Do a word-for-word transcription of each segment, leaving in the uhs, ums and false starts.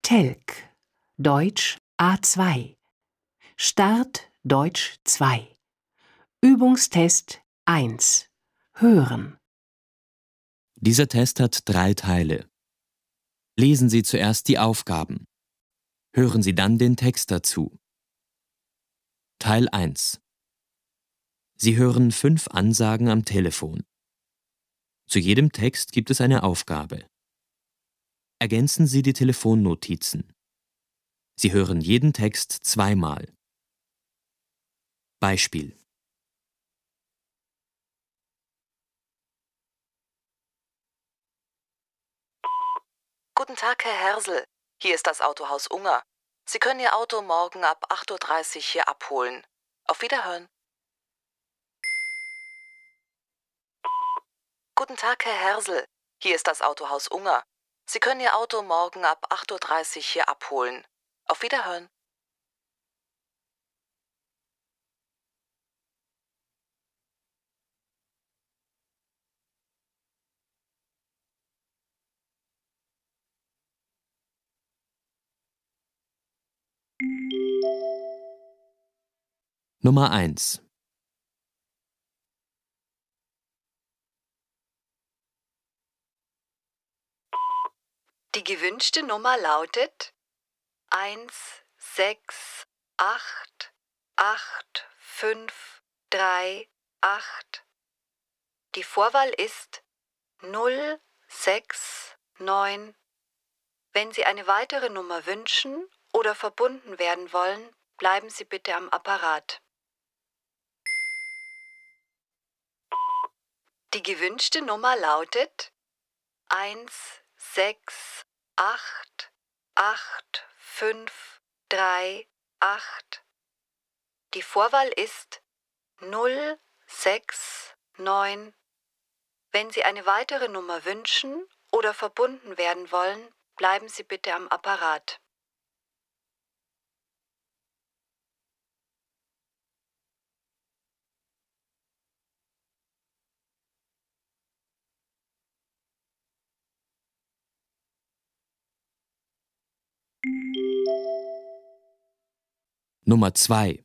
Telk, Deutsch A zwei. Start Deutsch zwei. Übungstest eins. Hören. Dieser Test hat drei Teile. Lesen Sie zuerst die Aufgaben. Hören Sie dann den Text dazu. Teil eins. Sie hören fünf Ansagen am Telefon. Zu jedem Text gibt es eine Aufgabe. Ergänzen Sie die Telefonnotizen. Sie hören jeden Text zweimal. Beispiel: Guten Tag, Herr Hersel. Hier ist das Autohaus Unger. Sie können Ihr Auto morgen ab acht Uhr dreißig hier abholen. Auf Wiederhören. Guten Tag, Herr Hersel. Hier ist das Autohaus Unger. Sie können Ihr Auto morgen ab acht Uhr dreißig hier abholen. Auf Wiederhören. Nummer eins. Die gewünschte Nummer lautet eins sechs acht acht fünf drei acht. Die Vorwahl ist null sechs neun. Wenn Sie eine weitere Nummer wünschen oder verbunden werden wollen, bleiben Sie bitte am Apparat. Die gewünschte Nummer lautet eins sechs acht acht fünf drei acht. Die Vorwahl ist null sechs neun. Wenn Sie eine weitere Nummer wünschen oder verbunden werden wollen, bleiben Sie bitte am Apparat. Nummer zwei.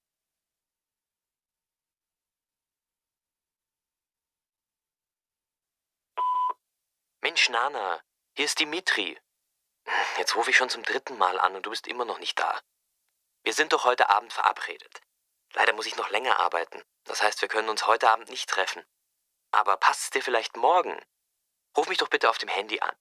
Mensch, Nana, hier ist Dimitri. Jetzt rufe ich schon zum dritten Mal an und du bist immer noch nicht da. Wir sind doch heute Abend verabredet. Leider muss ich noch länger arbeiten. Das heißt, wir können uns heute Abend nicht treffen. Aber passt es dir vielleicht morgen? Ruf mich doch bitte auf dem Handy an.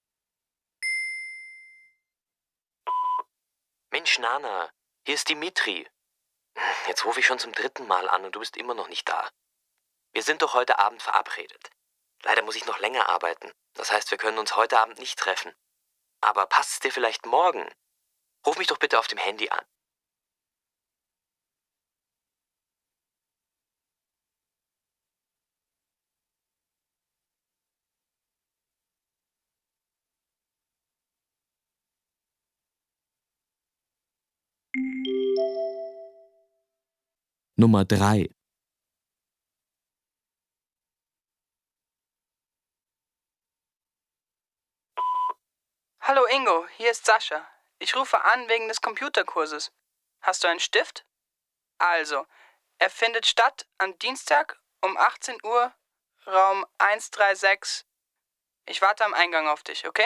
Mensch, Nana, hier ist Dimitri. Jetzt rufe ich schon zum dritten Mal an und du bist immer noch nicht da. Wir sind doch heute Abend verabredet. Leider muss ich noch länger arbeiten. Das heißt, wir können uns heute Abend nicht treffen. Aber passt es dir vielleicht morgen? Ruf mich doch bitte auf dem Handy an. Nummer drei. Hallo Ingo, hier ist Sascha. Ich rufe an wegen des Computerkurses. Hast du einen Stift? Also, er findet statt am Dienstag um achtzehn Uhr, Raum eins drei sechs. Ich warte am Eingang auf dich, okay?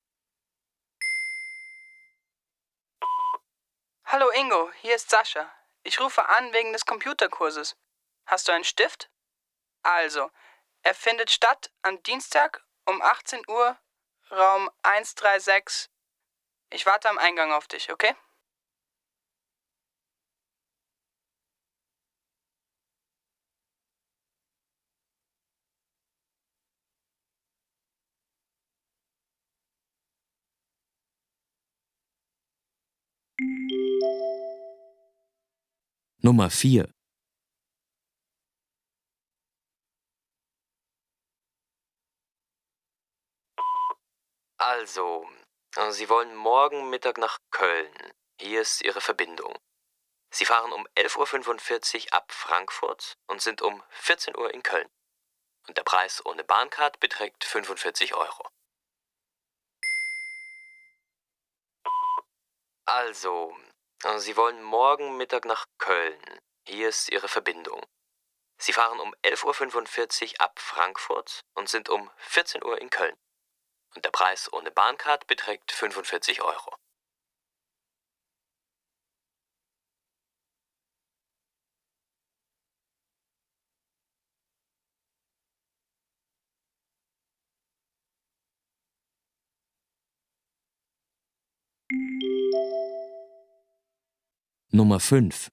Hallo Ingo, hier ist Sascha. Ich rufe an wegen des Computerkurses. Hast du einen Stift? Also, er findet statt am Dienstag um achtzehn Uhr, Raum eins drei sechs. Ich warte am Eingang auf dich, okay? Nummer vier. Also, Sie wollen morgen Mittag nach Köln. Hier ist Ihre Verbindung. Sie fahren um elf Uhr fünfundvierzig ab Frankfurt und sind um vierzehn Uhr in Köln. Und der Preis ohne Bahncard beträgt fünfundvierzig Euro. Also, äh, Sie wollen morgen Mittag nach Köln. Hier ist Ihre Verbindung. Sie fahren um elf Uhr fünfundvierzig ab Frankfurt und sind um vierzehn Uhr in Köln. Und der Preis ohne Bahncard beträgt fünfundvierzig Euro. Nummer fünf.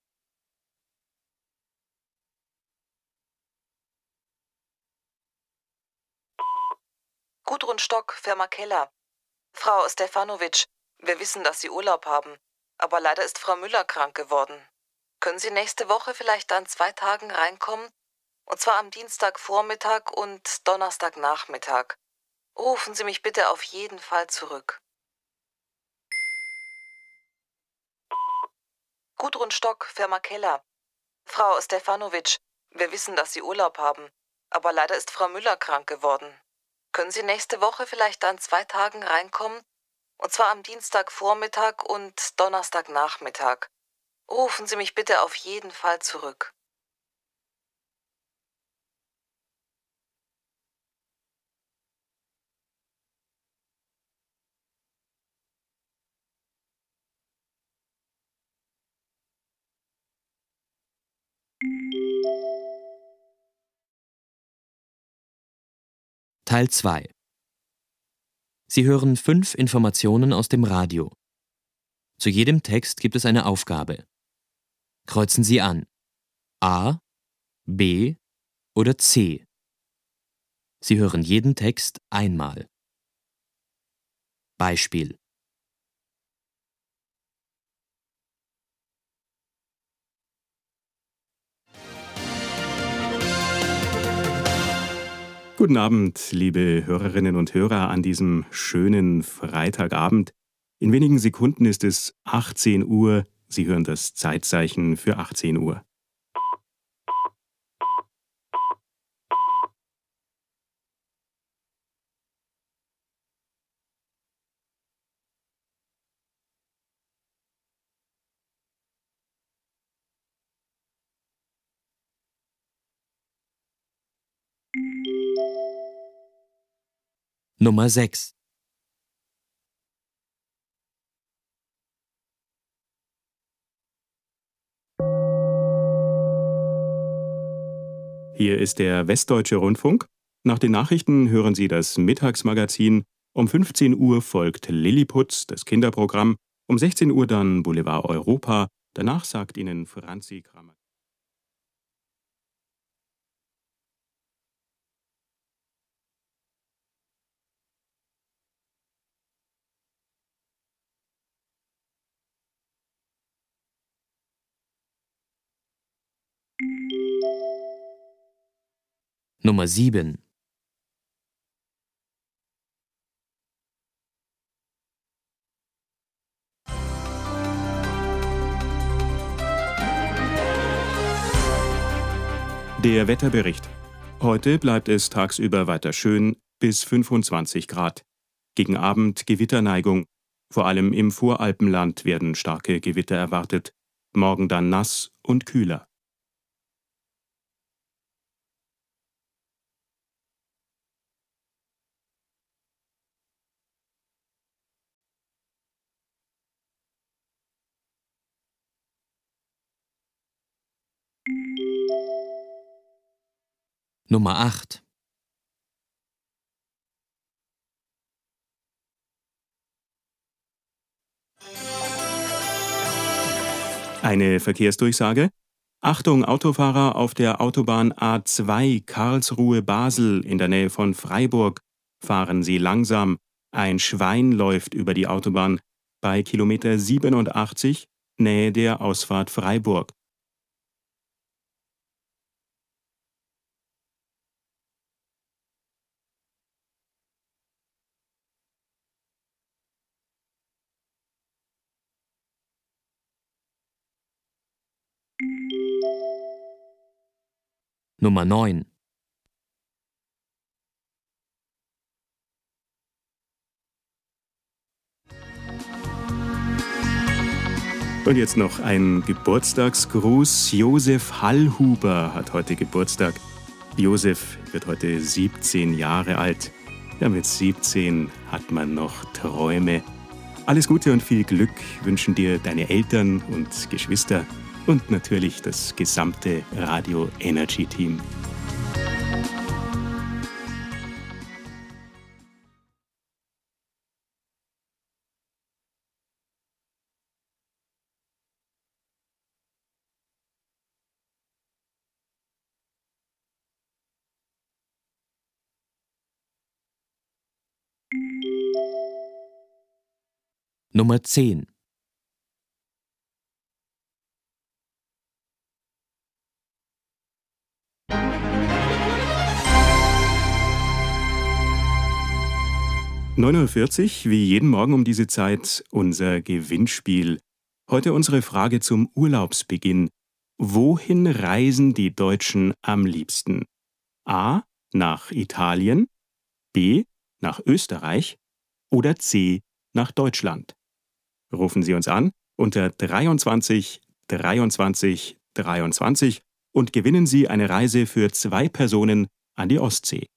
Gudrun Stock, Firma Keller. Frau Stefanovic, wir wissen, dass Sie Urlaub haben, aber leider ist Frau Müller krank geworden. Können Sie nächste Woche vielleicht an zwei Tagen reinkommen? Und zwar am Dienstagvormittag und Donnerstagnachmittag. Rufen Sie mich bitte auf jeden Fall zurück. Gudrun Stock, Firma Keller. Frau Stefanovic, wir wissen, dass Sie Urlaub haben, aber leider ist Frau Müller krank geworden. Können Sie nächste Woche vielleicht an zwei Tagen reinkommen? Und zwar am Dienstagvormittag und Donnerstagnachmittag. Rufen Sie mich bitte auf jeden Fall zurück. Teil zwei. Sie hören fünf Informationen aus dem Radio. Zu jedem Text gibt es eine Aufgabe. Kreuzen Sie an. A, B oder C. Sie hören jeden Text einmal. Beispiel. Guten Abend, liebe Hörerinnen und Hörer, an diesem schönen Freitagabend. In wenigen Sekunden ist es achtzehn Uhr. Sie hören das Zeitzeichen für achtzehn Uhr. Nummer sechs. Hier ist der Westdeutsche Rundfunk. Nach den Nachrichten hören Sie das Mittagsmagazin. Um fünfzehn Uhr folgt Lilliputz, das Kinderprogramm. Um sechzehn Uhr dann Boulevard Europa. Danach sagt Ihnen Franzi Kramer. Nummer sieben. Der Wetterbericht. Heute bleibt es tagsüber weiter schön bis fünfundzwanzig Grad. Gegen Abend Gewitterneigung. Vor allem im Voralpenland werden starke Gewitter erwartet. Morgen dann nass und kühler. Nummer acht. Eine Verkehrsdurchsage. Achtung Autofahrer auf der Autobahn A zwei Karlsruhe-Basel in der Nähe von Freiburg. Fahren Sie langsam. Ein Schwein läuft über die Autobahn bei Kilometer siebenundachtzig, Nähe der Ausfahrt Freiburg. Nummer neun. Und jetzt noch ein Geburtstagsgruß. Josef Hallhuber hat heute Geburtstag. Josef wird heute siebzehn Jahre alt. Ja, mit siebzehn hat man noch Träume. Alles Gute und viel Glück wünschen dir deine Eltern und Geschwister und natürlich das gesamte Radio Energy Team. Nummer zehn. neun Uhr vierzig, wie jeden Morgen um diese Zeit, unser Gewinnspiel. Heute unsere Frage zum Urlaubsbeginn. Wohin reisen die Deutschen am liebsten? A. Nach Italien, B. Nach Österreich oder C. Nach Deutschland? Rufen Sie uns an unter dreiundzwanzig dreiundzwanzig dreiundzwanzig und gewinnen Sie eine Reise für zwei Personen an die Ostsee.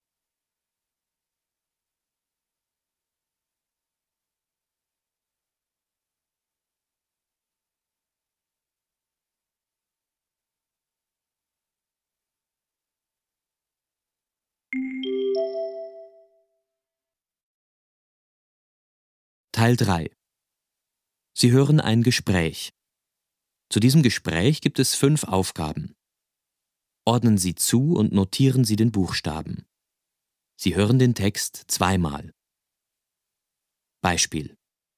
Teil drei. Sie hören ein Gespräch. Zu diesem Gespräch gibt es fünf Aufgaben. Ordnen Sie zu und notieren Sie den Buchstaben. Sie hören den Text zweimal. Beispiel.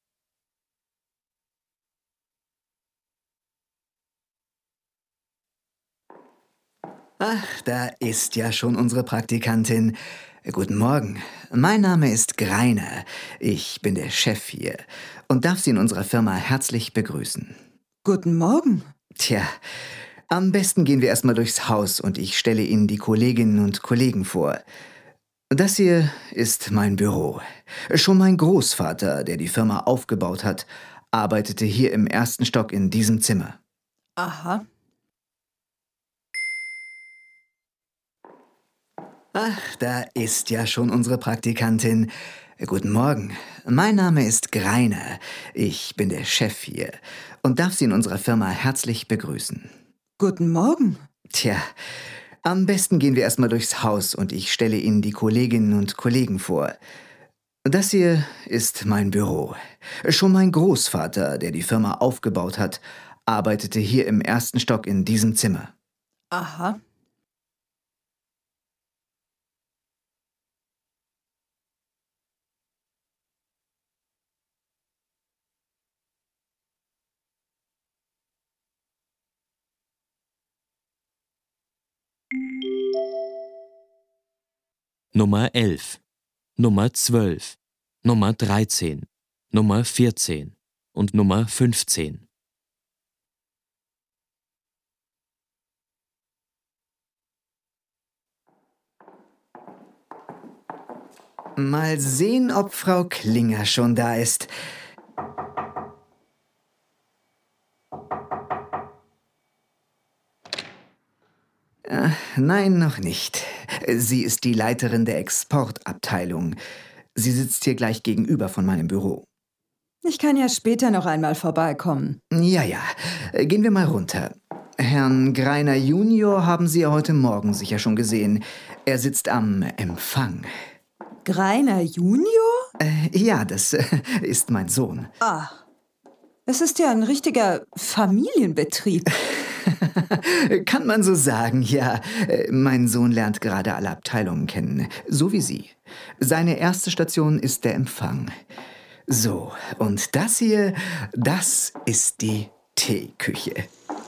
Ach, da ist ja schon unsere Praktikantin. Guten Morgen. Mein Name ist Greiner. Ich bin der Chef hier und darf Sie in unserer Firma herzlich begrüßen. Guten Morgen. Tja, am besten gehen wir erstmal durchs Haus und ich stelle Ihnen die Kolleginnen und Kollegen vor. Das hier ist mein Büro. Schon mein Großvater, der die Firma aufgebaut hat, arbeitete hier im ersten Stock in diesem Zimmer. Aha. Ach, da ist ja schon unsere Praktikantin. Guten Morgen. Mein Name ist Greiner. Ich bin der Chef hier und darf Sie in unserer Firma herzlich begrüßen. Guten Morgen. Tja, am besten gehen wir erstmal durchs Haus und ich stelle Ihnen die Kolleginnen und Kollegen vor. Das hier ist mein Büro. Schon mein Großvater, der die Firma aufgebaut hat, arbeitete hier im ersten Stock in diesem Zimmer. Aha. Nummer elf, Nummer zwölf, Nummer dreizehn, Nummer vierzehn und Nummer fünfzehn. Mal sehen, ob Frau Klinger schon da ist. Äh, nein, noch nicht. Sie ist die Leiterin der Exportabteilung. Sie sitzt hier gleich gegenüber von meinem Büro. Ich kann ja später noch einmal vorbeikommen. Ja, ja. Gehen wir mal runter. Herrn Greiner Junior haben Sie ja heute Morgen sicher schon gesehen. Er sitzt am Empfang. Greiner Junior? Äh, ja, das äh, ist mein Sohn. Ah, es ist ja ein richtiger Familienbetrieb. Kann man so sagen, ja. Mein Sohn lernt gerade alle Abteilungen kennen, so wie Sie. Seine erste Station ist der Empfang. So, und das hier, das ist die Teeküche.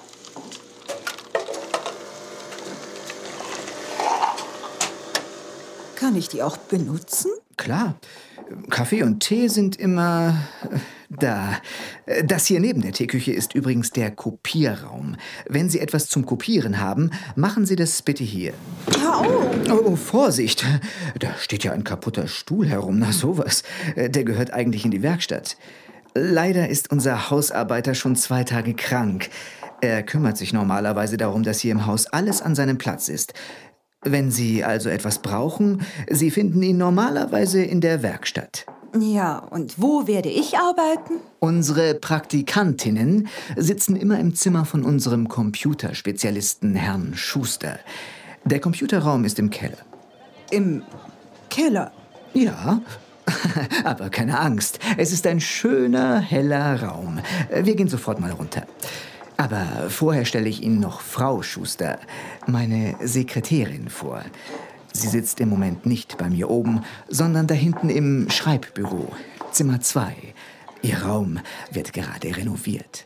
Kann ich die auch benutzen? Klar. Kaffee und Tee sind immer äh, da. Das hier neben der Teeküche ist übrigens der Kopierraum. Wenn Sie etwas zum Kopieren haben, machen Sie das bitte hier. Au! Oh, oh, Vorsicht! Da steht ja ein kaputter Stuhl herum. Na sowas. Der gehört eigentlich in die Werkstatt. Leider ist unser Hausarbeiter schon zwei Tage krank. Er kümmert sich normalerweise darum, dass hier im Haus alles an seinem Platz ist. Wenn Sie also etwas brauchen, Sie finden ihn normalerweise in der Werkstatt. Ja, und wo werde ich arbeiten? Unsere Praktikantinnen sitzen immer im Zimmer von unserem Computerspezialisten Herrn Schuster. Der Computerraum ist im Keller. Im Keller? Ja, aber keine Angst. Es ist ein schöner, heller Raum. Wir gehen sofort mal runter. Aber vorher stelle ich Ihnen noch Frau Schuster, meine Sekretärin, vor. Sie sitzt im Moment nicht bei mir oben, sondern da hinten im Schreibbüro, Zimmer zwei. Ihr Raum wird gerade renoviert.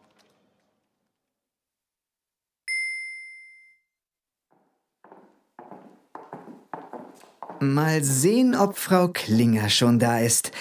Mal sehen, ob Frau Klinger schon da ist.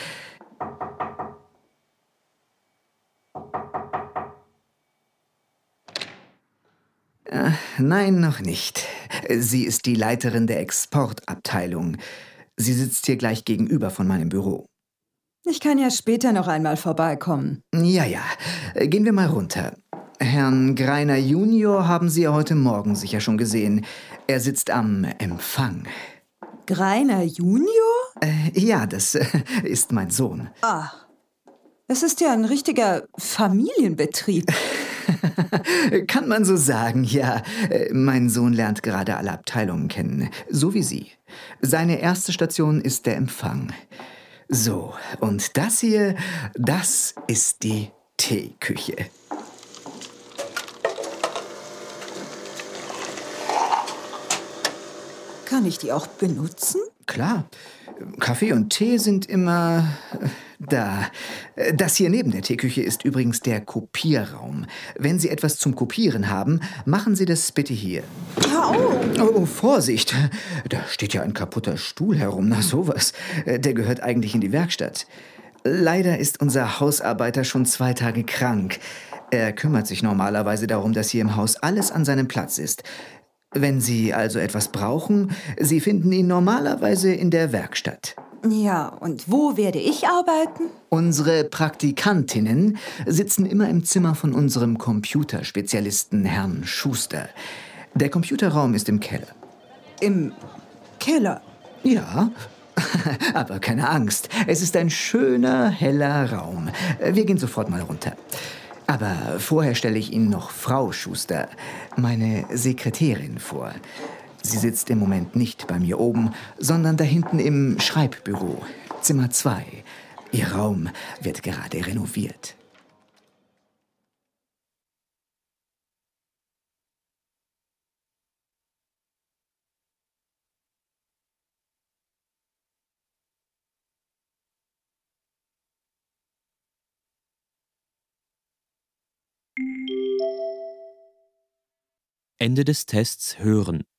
Äh, nein, noch nicht. Sie ist die Leiterin der Exportabteilung. Sie sitzt hier gleich gegenüber von meinem Büro. Ich kann ja später noch einmal vorbeikommen. Ja, ja. Gehen wir mal runter. Herrn Greiner Junior haben Sie ja heute Morgen sicher schon gesehen. Er sitzt am Empfang. Greiner Junior? Äh, ja, das äh, ist mein Sohn. Ah, es ist ja ein richtiger Familienbetrieb. Kann man so sagen, ja. Äh, Mein Sohn lernt gerade alle Abteilungen kennen, so wie Sie. Seine erste Station ist der Empfang. So, und das hier, das ist die Teeküche. Kann ich die auch benutzen? Klar, Kaffee und Tee sind immer äh, da. Äh, Das hier neben der Teeküche ist übrigens der Kopierraum. Wenn Sie etwas zum Kopieren haben, machen Sie das bitte hier. Au! Oh, oh, Vorsicht! Da steht ja ein kaputter Stuhl herum. Na sowas. Äh, Der gehört eigentlich in die Werkstatt. Leider ist unser Hausarbeiter schon zwei Tage krank. Er kümmert sich normalerweise darum, dass hier im Haus alles an seinem Platz ist. Wenn Sie also etwas brauchen, Sie finden ihn normalerweise in der Werkstatt. Ja, und wo werde ich arbeiten? Unsere Praktikantinnen sitzen immer im Zimmer von unserem Computerspezialisten Herrn Schuster. Der Computerraum ist im Keller. Im Keller? Ja, aber keine Angst. Es ist ein schöner, heller Raum. Wir gehen sofort mal runter. Aber vorher stelle ich Ihnen noch Frau Schuster, meine Sekretärin, vor. Sie sitzt im Moment nicht bei mir oben, sondern da hinten im Schreibbüro, Zimmer zwei. Ihr Raum wird gerade renoviert. Ende des Tests hören.